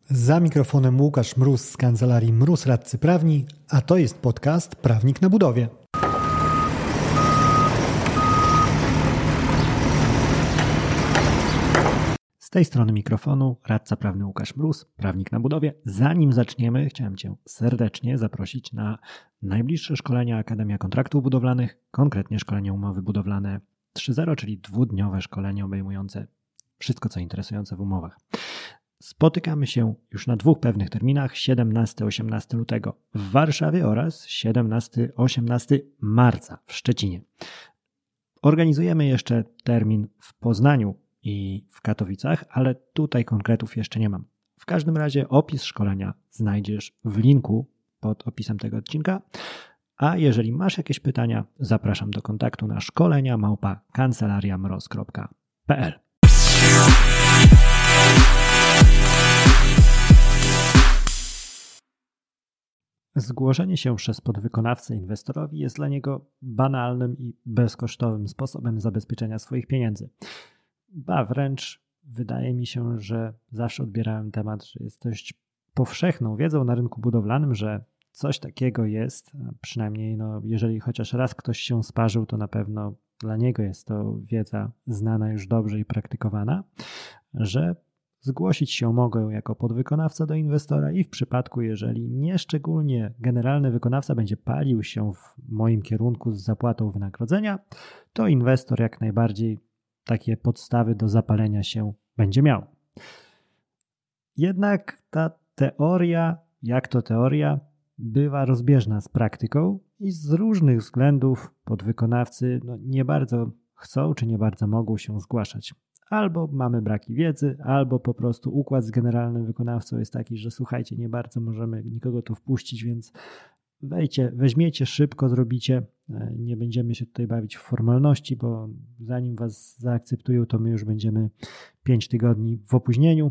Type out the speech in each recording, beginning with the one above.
Za mikrofonem Łukasz Mróz z kancelarii Mróz Radcy Prawni, a to jest podcast Prawnik na budowie. Z tej strony mikrofonu radca prawny Łukasz Mróz, prawnik na budowie. Zanim zaczniemy, chciałem Cię serdecznie zaprosić na najbliższe szkolenia Akademia Kontraktów Budowlanych, konkretnie szkolenie umowy budowlane 3.0, czyli dwudniowe szkolenie obejmujące wszystko, co interesujące w umowach. Spotykamy się już na dwóch pewnych terminach, 17-18 lutego w Warszawie oraz 17-18 marca w Szczecinie. Organizujemy jeszcze termin w Poznaniu i w Katowicach, ale tutaj konkretów jeszcze nie mam. W każdym razie opis szkolenia znajdziesz w linku pod opisem tego odcinka, a jeżeli masz jakieś pytania, zapraszam do kontaktu na szkolenia@kancelariamroz.pl. Zgłoszenie się przez podwykonawcę inwestorowi jest dla niego banalnym i bezkosztowym sposobem zabezpieczenia swoich pieniędzy. Wręcz wydaje mi się, że zawsze odbierałem temat, że jest dość powszechną wiedzą na rynku budowlanym, że coś takiego jest, przynajmniej jeżeli chociaż raz ktoś się sparzył, to na pewno dla niego jest to wiedza znana już dobrze i praktykowana, że zgłosić się mogę jako podwykonawca do inwestora i w przypadku, jeżeli nieszczególnie generalny wykonawca będzie palił się w moim kierunku z zapłatą wynagrodzenia, to inwestor jak najbardziej takie podstawy do zapalenia się będzie miał. Jednak ta teoria, bywa rozbieżna z praktyką i z różnych względów podwykonawcy nie bardzo chcą czy nie bardzo mogą się zgłaszać. Albo mamy braki wiedzy, albo po prostu układ z generalnym wykonawcą jest taki, że słuchajcie, nie bardzo możemy nikogo tu wpuścić, więc weźmiecie, szybko zrobicie, nie będziemy się tutaj bawić w formalności, bo zanim was zaakceptują, to my już będziemy 5 tygodni w opóźnieniu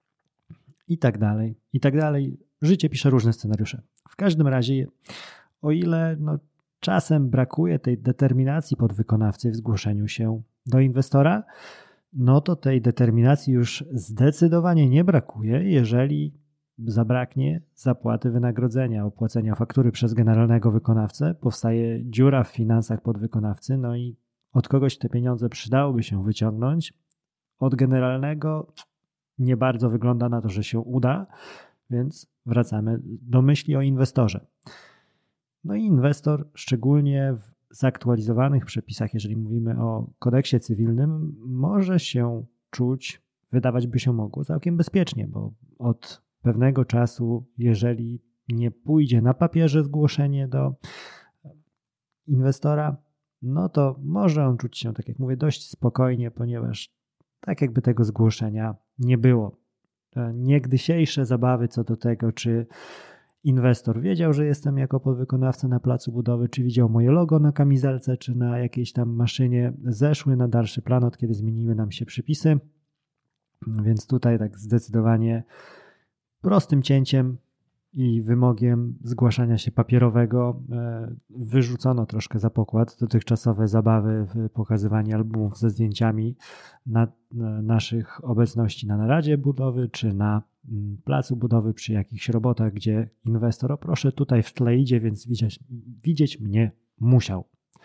i tak dalej, i tak dalej. Życie pisze różne scenariusze. W każdym razie, o ile czasem brakuje tej determinacji podwykonawcy w zgłoszeniu się do inwestora, to tej determinacji już zdecydowanie nie brakuje, jeżeli zabraknie zapłaty wynagrodzenia, opłacenia faktury przez generalnego wykonawcę, powstaje dziura w finansach podwykonawcy, i od kogoś te pieniądze przydałoby się wyciągnąć. Od generalnego nie bardzo wygląda na to, że się uda, więc wracamy do myśli o inwestorze. I inwestor, szczególnie w zaktualizowanych przepisach, jeżeli mówimy o kodeksie cywilnym, może się czuć, wydawać by się mogło, całkiem bezpiecznie, bo od pewnego czasu, jeżeli nie pójdzie na papierze zgłoszenie do inwestora, to może on czuć się, tak jak mówię, dość spokojnie, ponieważ tak jakby tego zgłoszenia nie było. Niegdysiejsze zabawy co do tego, czy inwestor wiedział, że jestem jako podwykonawca na placu budowy, czy widział moje logo na kamizelce, czy na jakiejś tam maszynie, zeszły na dalszy plan, od kiedy zmieniły nam się przepisy. Więc tutaj tak zdecydowanie prostym cięciem i wymogiem zgłaszania się papierowego wyrzucono troszkę za pokład dotychczasowe zabawy w pokazywanie albumów ze zdjęciami naszych obecności na naradzie budowy, czy na placu budowy przy jakichś robotach, gdzie inwestor, proszę, tutaj w tle idzie, więc widzieć mnie musiał.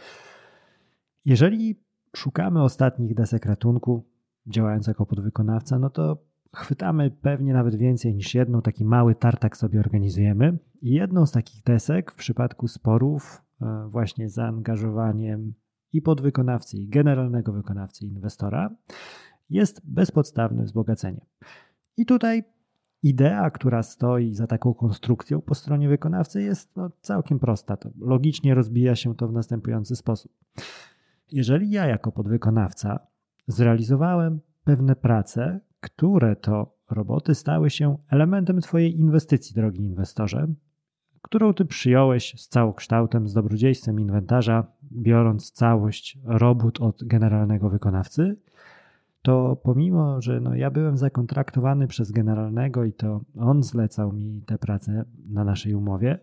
Jeżeli szukamy ostatnich desek ratunku, działając jako podwykonawca, to chwytamy pewnie nawet więcej niż jedną, taki mały tartak sobie organizujemy. I jedną z takich desek w przypadku sporów właśnie z zaangażowaniem i podwykonawcy, i generalnego wykonawcy, i inwestora jest bezpodstawne wzbogacenie. I tutaj idea, która stoi za taką konstrukcją po stronie wykonawcy, jest całkiem prosta. To logicznie rozbija się to w następujący sposób. Jeżeli ja jako podwykonawca zrealizowałem pewne prace, które to roboty stały się elementem Twojej inwestycji, drogi inwestorze, którą Ty przyjąłeś z całokształtem, z dobrodziejstwem inwentarza, biorąc całość robót od generalnego wykonawcy, to pomimo, że ja byłem zakontraktowany przez generalnego i to on zlecał mi te prace na naszej umowie,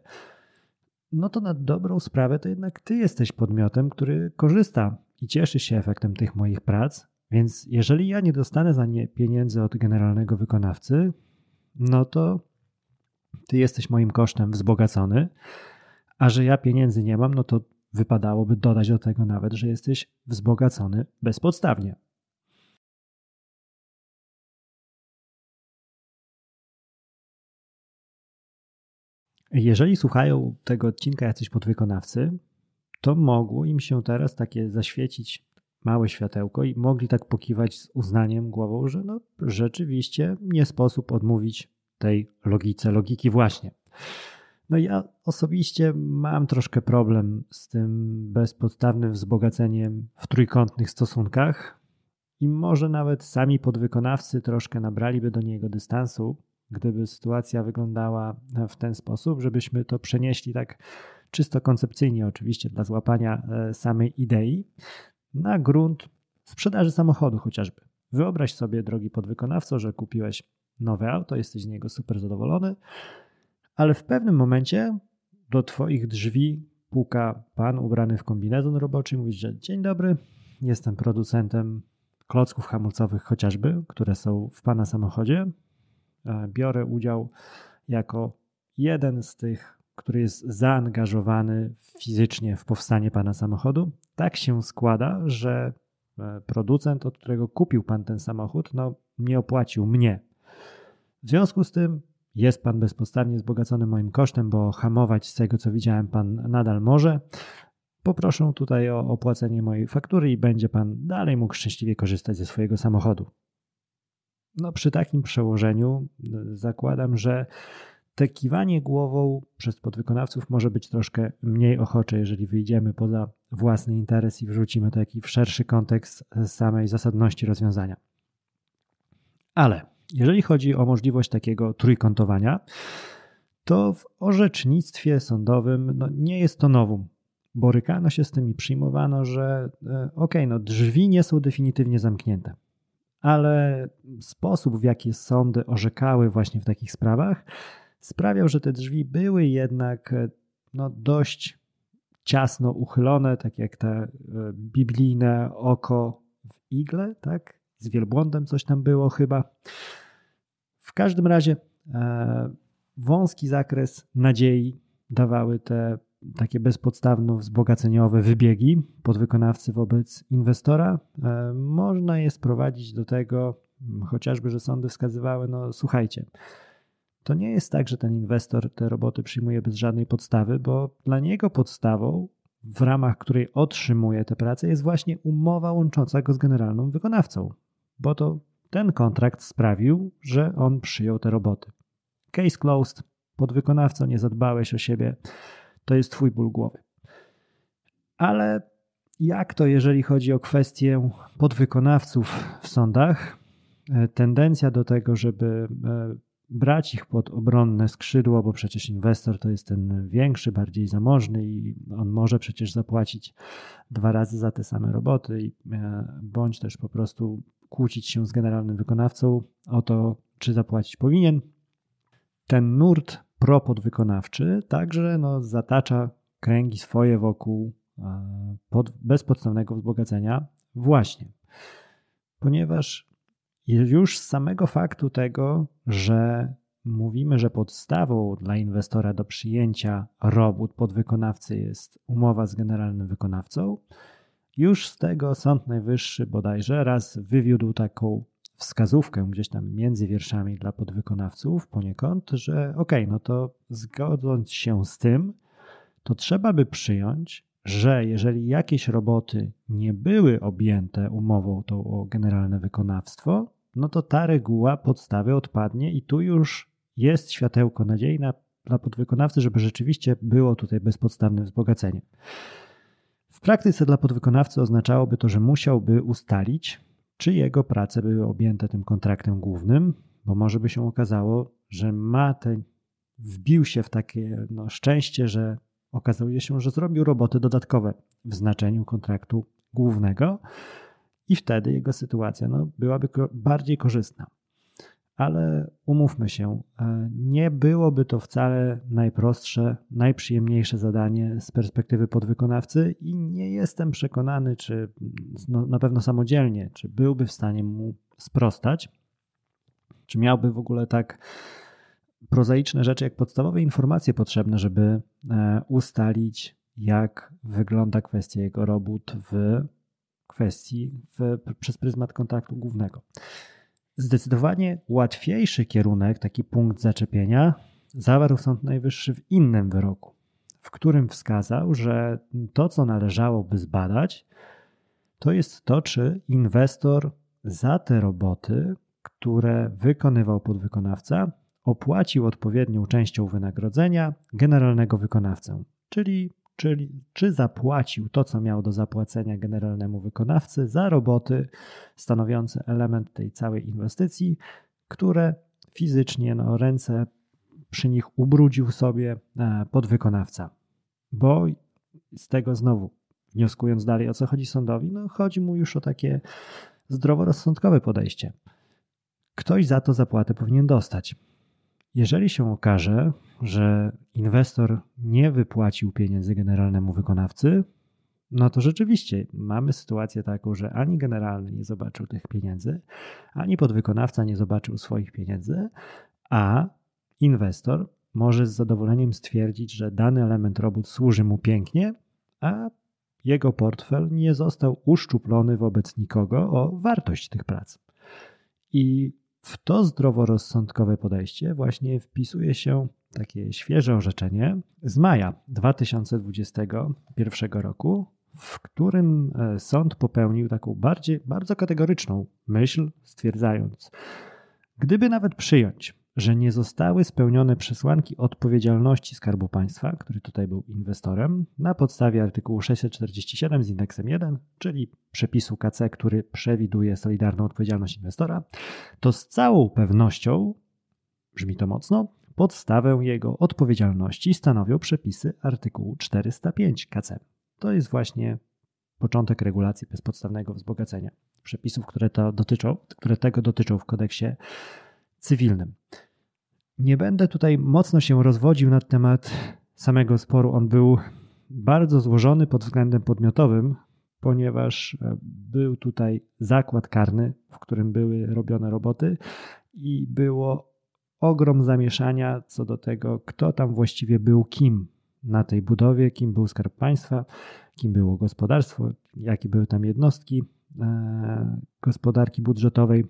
to na dobrą sprawę to jednak Ty jesteś podmiotem, który korzysta i cieszy się efektem tych moich prac, więc jeżeli ja nie dostanę za nie pieniędzy od generalnego wykonawcy, no to ty jesteś moim kosztem wzbogacony, a że ja pieniędzy nie mam, no to wypadałoby dodać do tego nawet, że jesteś wzbogacony bezpodstawnie. Jeżeli słuchają tego odcinka jacyś podwykonawcy, to mogło im się teraz takie zaświecić małe światełko i mogli tak pokiwać z uznaniem głową, że no rzeczywiście nie sposób odmówić tej logiki właśnie. No ja osobiście mam troszkę problem z tym bezpodstawnym wzbogaceniem w trójkątnych stosunkach i może nawet sami podwykonawcy troszkę nabraliby do niego dystansu, gdyby sytuacja wyglądała w ten sposób, żebyśmy to przenieśli tak czysto koncepcyjnie oczywiście dla złapania samej idei na grunt sprzedaży samochodu chociażby. Wyobraź sobie, drogi podwykonawco, że kupiłeś nowe auto, jesteś z niego super zadowolony, ale w pewnym momencie do twoich drzwi puka pan ubrany w kombinezon roboczy i mówi, że dzień dobry, jestem producentem klocków hamulcowych chociażby, które są w pana samochodzie. Biorę udział jako jeden z tych, który jest zaangażowany fizycznie w powstanie pana samochodu. Tak się składa, że producent, od którego kupił pan ten samochód, no nie opłacił mnie. W związku z tym jest pan bezpodstawnie wzbogacony moim kosztem, bo hamować z tego, co widziałem, pan nadal może. Poproszę tutaj o opłacenie mojej faktury i będzie pan dalej mógł szczęśliwie korzystać ze swojego samochodu. No przy takim przełożeniu zakładam, że te kiwanie głową przez podwykonawców może być troszkę mniej ochocze, jeżeli wyjdziemy poza własny interes i wrzucimy to w szerszy kontekst samej zasadności rozwiązania. Ale jeżeli chodzi o możliwość takiego trójkątowania, to w orzecznictwie sądowym nie jest to nowum. Borykano się z tym i przyjmowano, że drzwi nie są definitywnie zamknięte. Ale sposób, w jaki sądy orzekały właśnie w takich sprawach, sprawiał, że te drzwi były jednak dość ciasno uchylone, tak jak te biblijne oko w igle, tak? Z wielbłądem coś tam było chyba. W każdym razie wąski zakres nadziei dawały te takie bezpodstawno wzbogaceniowe wybiegi podwykonawcy wobec inwestora. Można je sprowadzić do tego, chociażby, że sądy wskazywały, słuchajcie, to nie jest tak, że ten inwestor te roboty przyjmuje bez żadnej podstawy, bo dla niego podstawą, w ramach której otrzymuje tę pracę, jest właśnie umowa łącząca go z generalnym wykonawcą, bo to ten kontrakt sprawił, że on przyjął te roboty. Case closed, podwykonawco, nie zadbałeś o siebie, to jest twój ból głowy. Ale jak to, jeżeli chodzi o kwestię podwykonawców w sądach? Tendencja do tego, żeby brać ich pod obronne skrzydło, bo przecież inwestor to jest ten większy, bardziej zamożny i on może przecież zapłacić 2 razy za te same roboty, bądź też po prostu kłócić się z generalnym wykonawcą o to, czy zapłacić powinien. Ten nurt propodwykonawczy także zatacza kręgi swoje wokół bezpodstawnego wzbogacenia właśnie, ponieważ już z samego faktu tego, że mówimy, że podstawą dla inwestora do przyjęcia robót podwykonawcy jest umowa z generalnym wykonawcą, już z tego Sąd Najwyższy bodajże raz wywiódł taką wskazówkę gdzieś tam między wierszami dla podwykonawców poniekąd, że to zgodząc się z tym, to trzeba by przyjąć, że jeżeli jakieś roboty nie były objęte umową tą o generalne wykonawstwo, to ta reguła podstawy odpadnie i tu już jest światełko nadziei dla podwykonawcy, żeby rzeczywiście było tutaj bezpodstawne wzbogacenie. W praktyce dla podwykonawcy oznaczałoby to, że musiałby ustalić, czy jego prace były objęte tym kontraktem głównym, bo może by się okazało, że wbił się w takie szczęście, że okazuje się, że zrobił roboty dodatkowe w znaczeniu kontraktu głównego i wtedy jego sytuacja byłaby bardziej korzystna. Ale umówmy się, nie byłoby to wcale najprostsze, najprzyjemniejsze zadanie z perspektywy podwykonawcy i nie jestem przekonany, czy na pewno samodzielnie, czy byłby w stanie mu sprostać, czy miałby w ogóle tak prozaiczne rzeczy, jak podstawowe informacje potrzebne, żeby ustalić, jak wygląda kwestia jego robót przez pryzmat kontaktu głównego. Zdecydowanie łatwiejszy kierunek, taki punkt zaczepienia, zawarł Sąd Najwyższy w innym wyroku, w którym wskazał, że to, co należałoby zbadać, to jest to, czy inwestor za te roboty, które wykonywał podwykonawca, opłacił odpowiednią częścią wynagrodzenia generalnego wykonawcę, czyli czy zapłacił to, co miał do zapłacenia generalnemu wykonawcy za roboty stanowiące element tej całej inwestycji, które fizycznie ręce przy nich ubrudził sobie podwykonawca. Bo z tego znowu, wnioskując dalej, o co chodzi sądowi, chodzi mu już o takie zdroworozsądkowe podejście. Ktoś za to zapłatę powinien dostać. Jeżeli się okaże, że inwestor nie wypłacił pieniędzy generalnemu wykonawcy, to rzeczywiście mamy sytuację taką, że ani generalny nie zobaczył tych pieniędzy, ani podwykonawca nie zobaczył swoich pieniędzy, a inwestor może z zadowoleniem stwierdzić, że dany element robót służy mu pięknie, a jego portfel nie został uszczuplony wobec nikogo o wartość tych prac. I w to zdroworozsądkowe podejście właśnie wpisuje się takie świeże orzeczenie z maja 2021 roku, w którym sąd popełnił taką bardzo kategoryczną myśl, stwierdzając, gdyby nawet przyjąć, że nie zostały spełnione przesłanki odpowiedzialności Skarbu Państwa, który tutaj był inwestorem, na podstawie artykułu 647 z indeksem 1, czyli przepisu KC, który przewiduje solidarną odpowiedzialność inwestora, to z całą pewnością, brzmi to mocno, podstawę jego odpowiedzialności stanowią przepisy artykułu 405 KC. To jest właśnie początek regulacji bezpodstawnego wzbogacenia. Przepisów, które tego dotyczą w kodeksie cywilnym. Nie będę tutaj mocno się rozwodził na temat samego sporu. On był bardzo złożony pod względem podmiotowym, ponieważ był tutaj zakład karny, w którym były robione roboty i było ogrom zamieszania co do tego, kto tam właściwie był kim na tej budowie, kim był Skarb Państwa, kim było gospodarstwo, jakie były tam jednostki gospodarki budżetowej.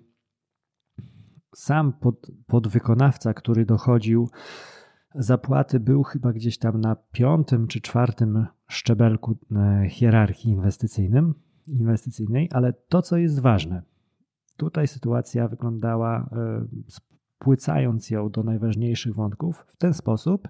Sam podwykonawca, który dochodził zapłaty, był chyba gdzieś tam na 5. czy 4. szczebelku hierarchii inwestycyjnej, ale to, co jest ważne, tutaj sytuacja wyglądała, spłycając ją do najważniejszych wątków, w ten sposób,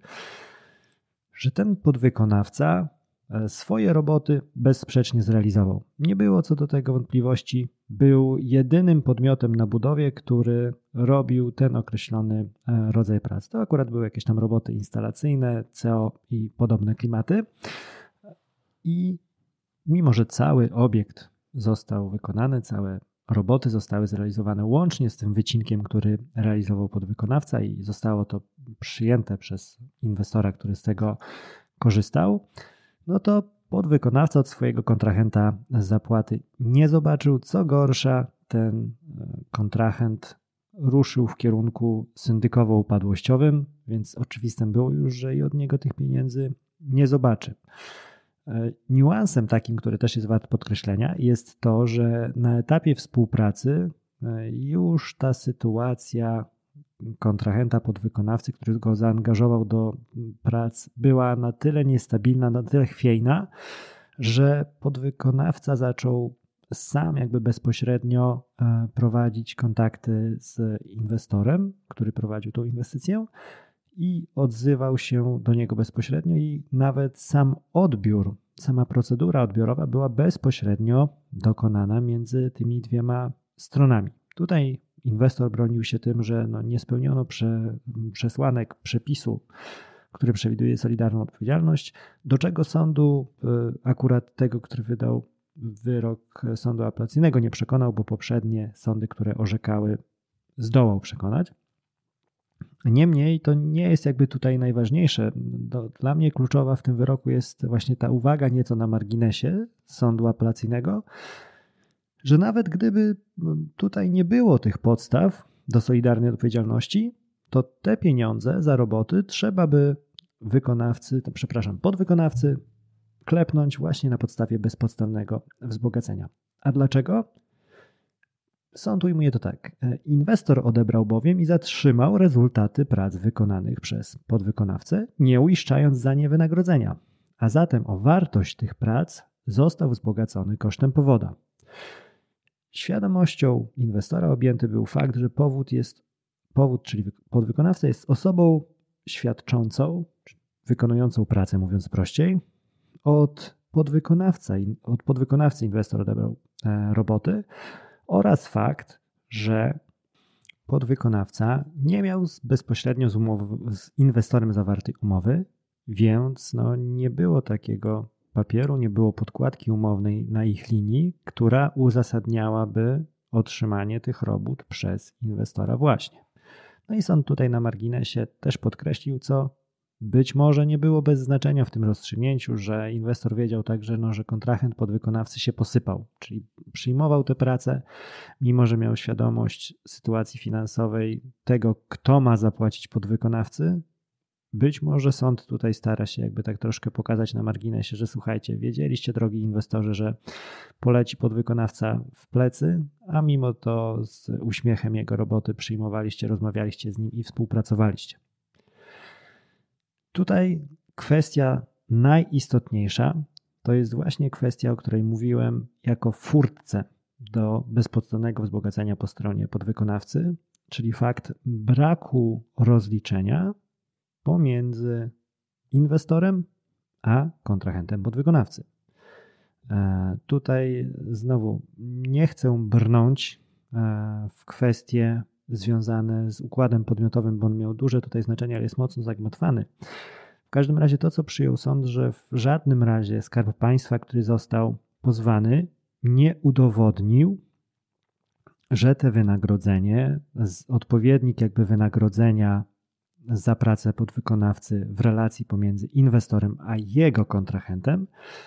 że ten podwykonawca swoje roboty bezsprzecznie zrealizował. Nie było co do tego wątpliwości. Był jedynym podmiotem na budowie, który robił ten określony rodzaj pracy. To akurat były jakieś tam roboty instalacyjne, CO i podobne klimaty. I mimo, że cały obiekt został wykonany, całe roboty zostały zrealizowane łącznie z tym wycinkiem, który realizował podwykonawca i zostało to przyjęte przez inwestora, który z tego korzystał, to podwykonawca od swojego kontrahenta zapłaty nie zobaczył. Co gorsza, ten kontrahent ruszył w kierunku syndykowo-upadłościowym, więc oczywistym było już, że i od niego tych pieniędzy nie zobaczy. Niuansem takim, który też jest wart podkreślenia, jest to, że na etapie współpracy już ta sytuacja kontrahenta podwykonawcy, który go zaangażował do prac, była na tyle niestabilna, na tyle chwiejna, że podwykonawca zaczął sam jakby bezpośrednio prowadzić kontakty z inwestorem, który prowadził tą inwestycję i odzywał się do niego bezpośrednio i nawet sam odbiór, sama procedura odbiorowa była bezpośrednio dokonana między tymi dwiema stronami. Tutaj inwestor bronił się tym, że nie spełniono przesłanek przepisu, który przewiduje solidarną odpowiedzialność, do czego sądu, akurat tego, który wydał wyrok sądu apelacyjnego, nie przekonał, bo poprzednie sądy, które orzekały, zdołał przekonać. Niemniej to nie jest jakby tutaj najważniejsze. Dla mnie kluczowa w tym wyroku jest właśnie ta uwaga nieco na marginesie sądu apelacyjnego, że nawet gdyby tutaj nie było tych podstaw do solidarnej odpowiedzialności, to te pieniądze za roboty trzeba by podwykonawcy klepnąć właśnie na podstawie bezpodstawnego wzbogacenia. A dlaczego? Sąd ujmuje to tak. Inwestor odebrał bowiem i zatrzymał rezultaty prac wykonanych przez podwykonawcę, nie uiszczając za nie wynagrodzenia, a zatem o wartość tych prac został wzbogacony kosztem powoda. Świadomością inwestora objęty był fakt, że powód, czyli podwykonawca, jest osobą świadczącą, wykonującą pracę, mówiąc prościej. Od podwykonawcy inwestor odebrał roboty oraz fakt, że podwykonawca nie miał bezpośrednio z inwestorem zawartej umowy, więc nie było takiego papieru, nie było podkładki umownej na ich linii, która uzasadniałaby otrzymanie tych robót przez inwestora właśnie. No i sąd tutaj na marginesie też podkreślił, co być może nie było bez znaczenia w tym rozstrzygnięciu, że inwestor wiedział także, że kontrahent podwykonawcy się posypał, czyli przyjmował tę pracę, mimo że miał świadomość sytuacji finansowej tego, kto ma zapłacić podwykonawcy. Być może sąd tutaj stara się jakby tak troszkę pokazać na marginesie, że słuchajcie, wiedzieliście, drogi inwestorzy, że poleci podwykonawca w plecy, a mimo to z uśmiechem jego roboty przyjmowaliście, rozmawialiście z nim i współpracowaliście. Tutaj kwestia najistotniejsza to jest właśnie kwestia, o której mówiłem jako furtce do bezpodstawnego wzbogacenia po stronie podwykonawcy, czyli fakt braku rozliczenia pomiędzy inwestorem a kontrahentem podwykonawcy. Tutaj znowu nie chcę brnąć w kwestie związane z układem podmiotowym, bo on miał duże tutaj znaczenie, ale jest mocno zagmatwany. W każdym razie to, co przyjął sąd, że w żadnym razie Skarb Państwa, który został pozwany, nie udowodnił, że te wynagrodzenie, odpowiednik jakby wynagrodzenia za pracę podwykonawcy w relacji pomiędzy inwestorem a jego kontrahentem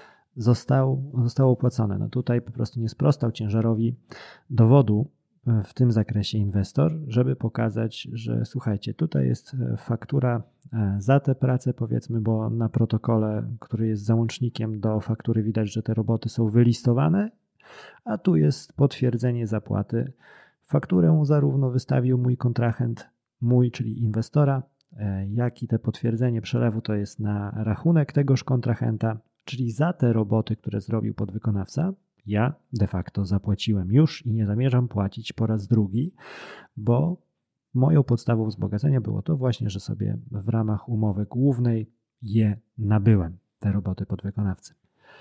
zostało opłacone. Tutaj po prostu nie sprostał ciężarowi dowodu w tym zakresie inwestor, żeby pokazać, że słuchajcie, tutaj jest faktura za tę pracę, powiedzmy, bo na protokole, który jest załącznikiem do faktury, widać, że te roboty są wylistowane, a tu jest potwierdzenie zapłaty. Fakturę zarówno wystawił mój kontrahent, czyli inwestora, jak i te potwierdzenie przelewu to jest na rachunek tegoż kontrahenta, czyli za te roboty, które zrobił podwykonawca, ja de facto zapłaciłem już i nie zamierzam płacić po raz drugi, bo moją podstawą wzbogacenia było to właśnie, że sobie w ramach umowy głównej je nabyłem, te roboty podwykonawcy.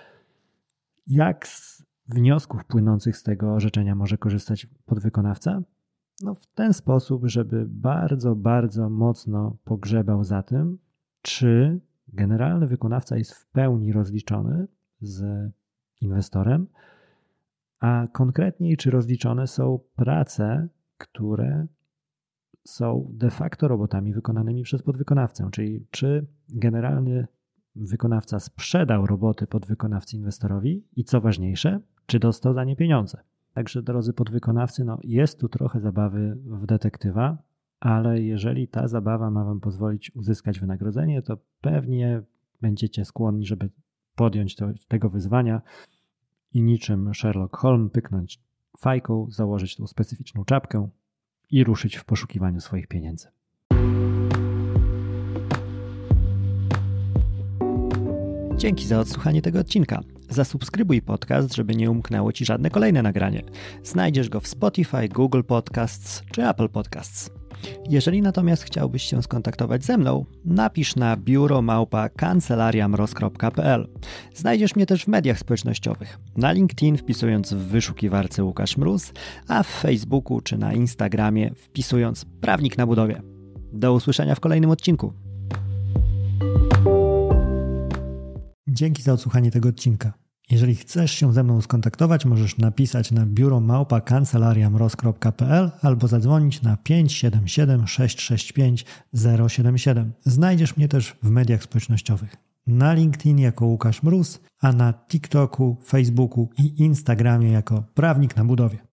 Jak z wniosków płynących z tego orzeczenia może korzystać podwykonawca? W ten sposób, żeby bardzo, bardzo mocno pogrzebał za tym, czy generalny wykonawca jest w pełni rozliczony z inwestorem, a konkretniej, czy rozliczone są prace, które są de facto robotami wykonanymi przez podwykonawcę, czyli czy generalny wykonawca sprzedał roboty podwykonawcy inwestorowi i co ważniejsze, czy dostał za nie pieniądze. Także drodzy podwykonawcy, jest tu trochę zabawy w detektywa, ale jeżeli ta zabawa ma wam pozwolić uzyskać wynagrodzenie, to pewnie będziecie skłonni, żeby podjąć tego wyzwania i niczym Sherlock Holmes pyknąć fajką, założyć tą specyficzną czapkę i ruszyć w poszukiwaniu swoich pieniędzy. Dzięki za odsłuchanie tego odcinka. Zasubskrybuj podcast, żeby nie umknęło Ci żadne kolejne nagranie. Znajdziesz go w Spotify, Google Podcasts czy Apple Podcasts. Jeżeli natomiast chciałbyś się skontaktować ze mną, napisz na biuro@kancelariamroz.pl. Znajdziesz mnie też w mediach społecznościowych. Na LinkedIn wpisując w wyszukiwarce Łukasz Mróz, a w Facebooku czy na Instagramie wpisując Prawnik na budowie. Do usłyszenia w kolejnym odcinku. Dzięki za odsłuchanie tego odcinka. Jeżeli chcesz się ze mną skontaktować, możesz napisać na biuro@kancelariamroz.pl albo zadzwonić na 577 665 077. Znajdziesz mnie też w mediach społecznościowych. Na LinkedIn jako Łukasz Mróz, a na TikToku, Facebooku i Instagramie jako Prawnik na budowie.